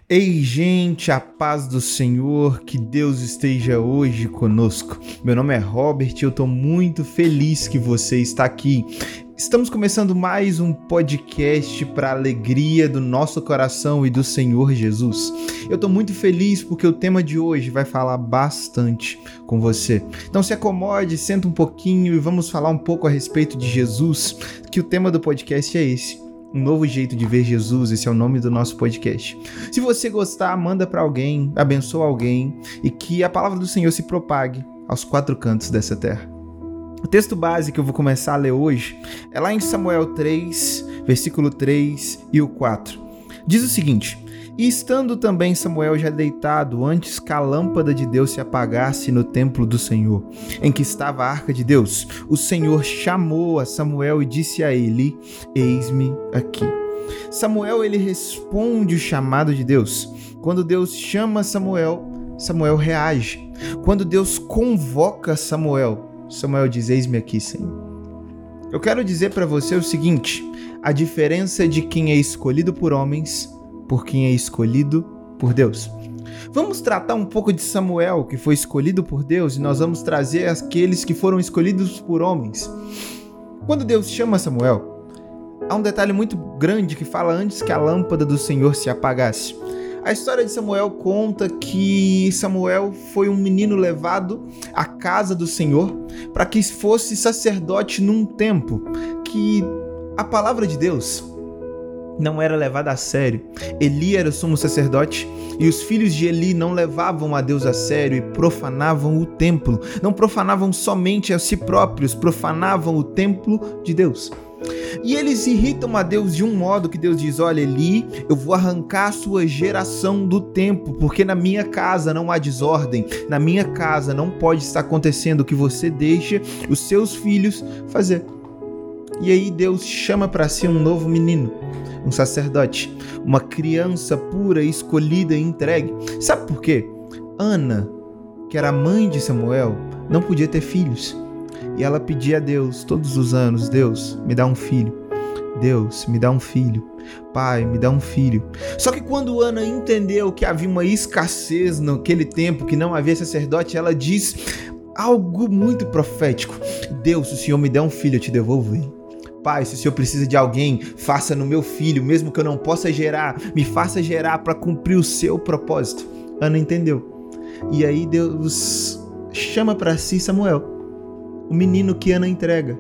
Ei, gente, a paz do Senhor, que Deus esteja hoje conosco. Meu nome é Robert e eu estou muito feliz que você está aqui. Estamos começando mais um podcast para a alegria do nosso coração e do Senhor Jesus. Eu estou muito feliz porque o tema de hoje vai falar bastante com você. Então se acomode, senta um pouquinho e vamos falar um pouco a respeito de Jesus, que o tema do podcast é esse. Um novo jeito de ver Jesus, esse é o nome do nosso podcast. Se você gostar, manda para alguém, abençoa alguém e que a palavra do Senhor se propague aos quatro cantos dessa terra. O texto base que eu vou começar a ler hoje é lá em Samuel 3, versículo 3 e o 4. Diz o seguinte: E estando também Samuel já deitado, antes que a lâmpada de Deus se apagasse no templo do Senhor, em que estava a arca de Deus, o Senhor chamou a Samuel e disse a ele: Eis-me aqui. Samuel, ele responde o chamado de Deus. Quando Deus chama Samuel, Samuel reage. Quando Deus convoca Samuel, Samuel diz: Eis-me aqui, Senhor. Eu quero dizer para você o seguinte: a diferença de quem é escolhido por homens por quem é escolhido por Deus. Vamos tratar um pouco de Samuel, que foi escolhido por Deus, e nós vamos trazer aqueles que foram escolhidos por homens. Quando Deus chama Samuel, há um detalhe muito grande que fala antes que a lâmpada do Senhor se apagasse. A história de Samuel conta que Samuel foi um menino levado à casa do Senhor para que fosse sacerdote num tempo que a palavra de Deus não era levada a sério. Eli era o sumo sacerdote e os filhos de Eli não levavam a Deus a sério e profanavam o templo. Não profanavam somente a si próprios, profanavam o templo de Deus. E eles irritam a Deus de um modo que Deus diz: olha, Eli, eu vou arrancar a sua geração do templo, porque na minha casa não há desordem, na minha casa não pode estar acontecendo o que você deixa os seus filhos fazer. E aí Deus chama para si um novo menino, um sacerdote, uma criança pura, escolhida e entregue. Sabe por quê? Ana, que era a mãe de Samuel, não podia ter filhos. E ela pedia a Deus todos os anos: Deus, me dá um filho. Deus, me dá um filho. Pai, me dá um filho. Só que quando Ana entendeu que havia uma escassez naquele tempo, que não havia sacerdote, ela diz algo muito profético: Deus, se o Senhor me der um filho, eu te devolvo ele. Pai, se o Senhor precisa de alguém, faça no meu filho, mesmo que eu não possa gerar, me faça gerar para cumprir o seu propósito. Ana entendeu. E aí Deus chama para si Samuel, o menino que Ana entrega.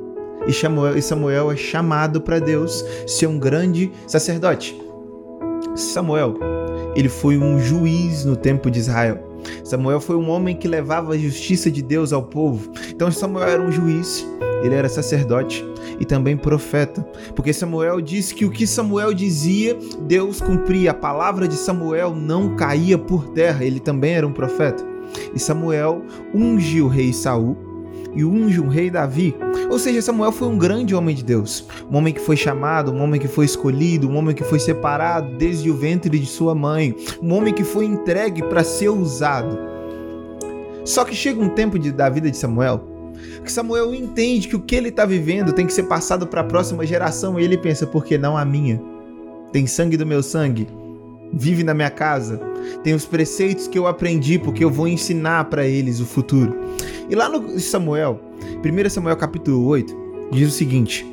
E Samuel é chamado para Deus ser um grande sacerdote. Samuel, ele foi um juiz no tempo de Israel. Samuel foi um homem que levava a justiça de Deus ao povo. Então Samuel era um juiz, ele era sacerdote e também profeta, porque Samuel diz que o que Samuel dizia, Deus cumpria. A palavra de Samuel não caía por terra, ele também era um profeta. E Samuel unge o rei Saul e unge o rei Davi. Ou seja, Samuel foi um grande homem de Deus, um homem que foi chamado, um homem que foi escolhido, um homem que foi separado desde o ventre de sua mãe, um homem que foi entregue para ser usado. Só que chega um tempo da vida de Samuel que Samuel entende que o que ele está vivendo tem que ser passado para a próxima geração, e ele pensa: por que não a minha? Tem sangue do meu sangue, vive na minha casa, tem os preceitos que eu aprendi, porque eu vou ensinar para eles o futuro. E lá no Samuel, 1 Samuel capítulo 8, diz o seguinte: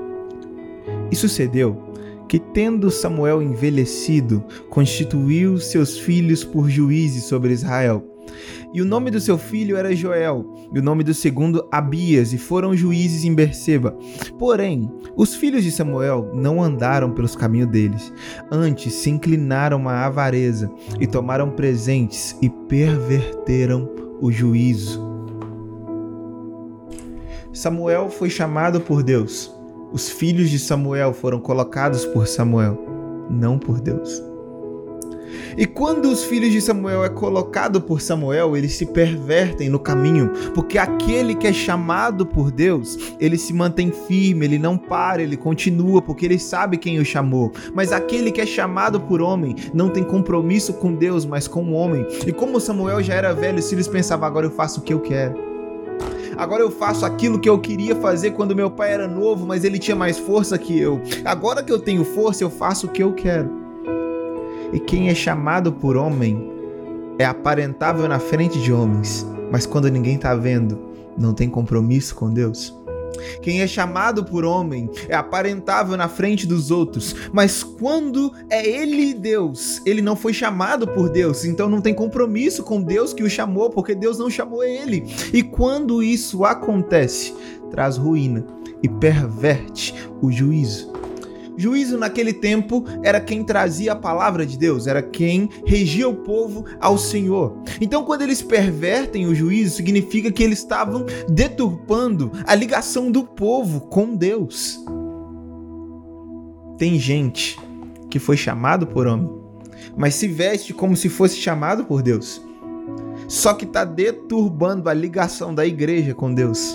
E sucedeu que, tendo Samuel envelhecido, constituiu seus filhos por juízes sobre Israel. E o nome do seu filho era Joel, e o nome do segundo Abias, e foram juízes em Berseba. Porém, os filhos de Samuel não andaram pelos caminhos deles, antes se inclinaram à avareza, e tomaram presentes, e perverteram o juízo. Samuel foi chamado por Deus. Os filhos de Samuel foram colocados por Samuel, não por Deus. E quando os filhos de Samuel é colocado por Samuel, eles se pervertem no caminho, porque aquele que é chamado por Deus, ele se mantém firme, ele não para, ele continua, porque ele sabe quem o chamou. Mas aquele que é chamado por homem não tem compromisso com Deus, mas com o homem. E como Samuel já era velho, os filhos pensavam: agora eu faço o que eu quero. Agora eu faço aquilo que eu queria fazer quando meu pai era novo, mas ele tinha mais força que eu. Agora que eu tenho força, eu faço o que eu quero. E quem é chamado por homem é aparentável na frente de homens, mas quando ninguém está vendo, não tem compromisso com Deus. Quem é chamado por homem é aparentável na frente dos outros, mas quando é ele Deus, ele não foi chamado por Deus, então não tem compromisso com Deus que o chamou, porque Deus não chamou ele. E quando isso acontece, traz ruína e perverte o juízo. Juízo naquele tempo era quem trazia a palavra de Deus, era quem regia o povo ao Senhor. Então, quando eles pervertem o juízo, significa que eles estavam deturpando a ligação do povo com Deus. Tem gente que foi chamado por homem, mas se veste como se fosse chamado por Deus, só que está deturbando a ligação da igreja com Deus.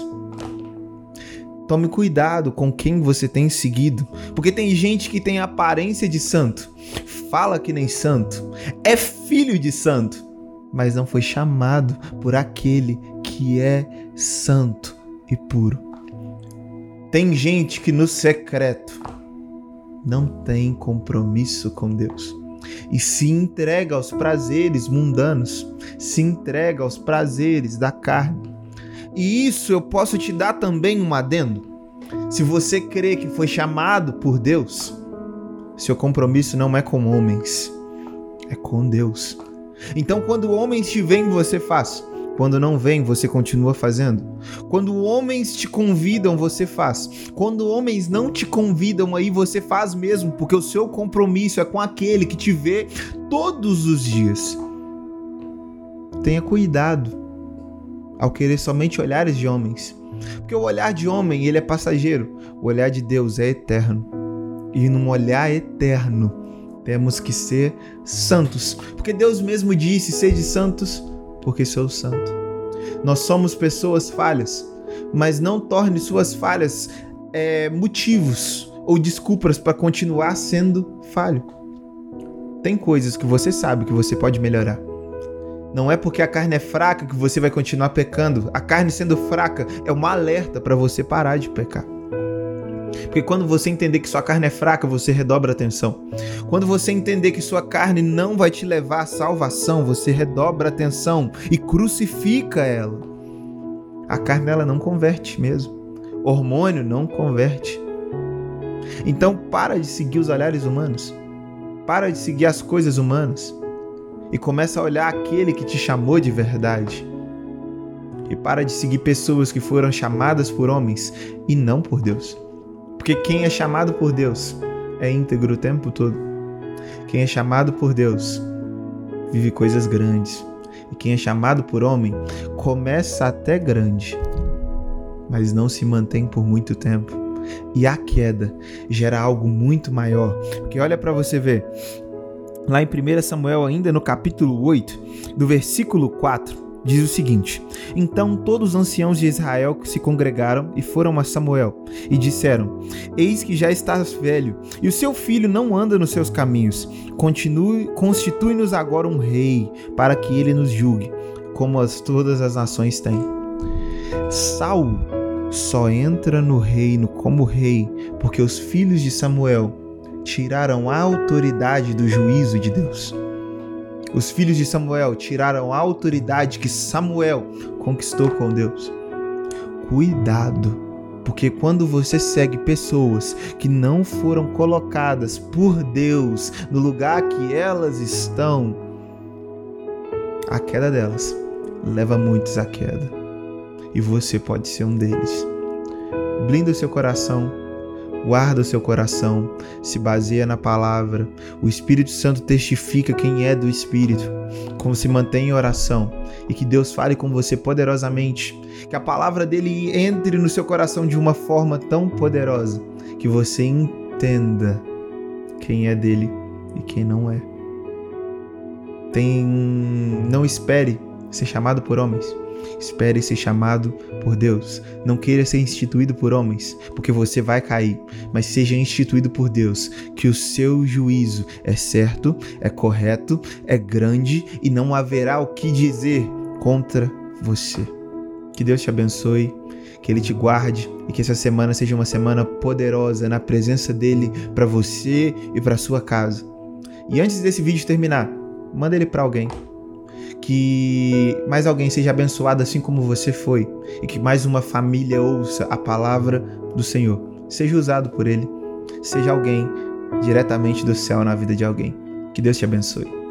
Tome cuidado com quem você tem seguido, porque tem gente que tem aparência de santo, fala que nem santo, é filho de santo, mas não foi chamado por aquele que é santo e puro. Tem gente que no secreto não tem compromisso com Deus e se entrega aos prazeres mundanos, se entrega aos prazeres da carne. E isso eu posso te dar também um adendo. Se você crê que foi chamado por Deus, seu compromisso não é com homens, é com Deus. Então, quando homens te veem, você faz. Quando não vem, você continua fazendo. Quando homens te convidam, você faz. Quando homens não te convidam, aí você faz mesmo, porque o seu compromisso é com aquele que te vê todos os dias. Tenha cuidado ao querer somente olhares de homens, porque o olhar de homem, ele é passageiro, o olhar de Deus é eterno, e num olhar eterno temos que ser santos, porque Deus mesmo disse: sede santos, porque sou santo. Nós somos pessoas falhas, mas não torne suas falhas motivos ou desculpas para continuar sendo falho. Tem coisas que você sabe que você pode melhorar. Não é porque a carne é fraca que você vai continuar pecando. A carne sendo fraca é uma alerta para você parar de pecar. Porque quando você entender que sua carne é fraca, você redobra a atenção. Quando você entender que sua carne não vai te levar à salvação, você redobra a atenção e crucifica ela. A carne, ela não converte mesmo. Hormônio não converte. Então para de seguir os olhares humanos. Para de seguir as coisas humanas. E começa a olhar aquele que te chamou de verdade. E para de seguir pessoas que foram chamadas por homens e não por Deus. Porque quem é chamado por Deus é íntegro o tempo todo. Quem é chamado por Deus vive coisas grandes. E quem é chamado por homem começa até grande, mas não se mantém por muito tempo. E a queda gera algo muito maior. Porque olha para você ver. Lá em 1 Samuel, ainda no capítulo 8, do versículo 4, diz o seguinte: Então todos os anciãos de Israel que se congregaram e foram a Samuel e disseram: Eis que já estás velho, e o seu filho não anda nos seus caminhos. Constitui-nos agora um rei, para que ele nos julgue, como todas as nações têm. Saul só entra no reino como rei porque os filhos de Samuel tiraram a autoridade do juízo de Deus. Os filhos de Samuel tiraram a autoridade que Samuel conquistou com Deus. Cuidado, porque quando você segue pessoas que não foram colocadas por Deus no lugar que elas estão, a queda delas leva muitos à queda. E você pode ser um deles. Blinda o seu coração. Guarda o seu coração, se baseia na palavra. O Espírito Santo testifica quem é do Espírito. Como se mantém em oração e que Deus fale com você poderosamente. Que a palavra dele entre no seu coração de uma forma tão poderosa que você entenda quem é dele e quem não é. Não espere ser chamado por homens. Espere ser chamado por Deus. Não queira ser instituído por homens, porque você vai cair. Mas seja instituído por Deus, que o seu juízo é certo, é correto, é grande e não haverá o que dizer contra você. Que Deus te abençoe, que Ele te guarde e que essa semana seja uma semana poderosa na presença dEle para você e para sua casa. E antes desse vídeo terminar, manda ele para alguém. Que mais alguém seja abençoado assim como você foi. E que mais uma família ouça a palavra do Senhor. Seja usado por Ele. Seja alguém diretamente do céu na vida de alguém. Que Deus te abençoe.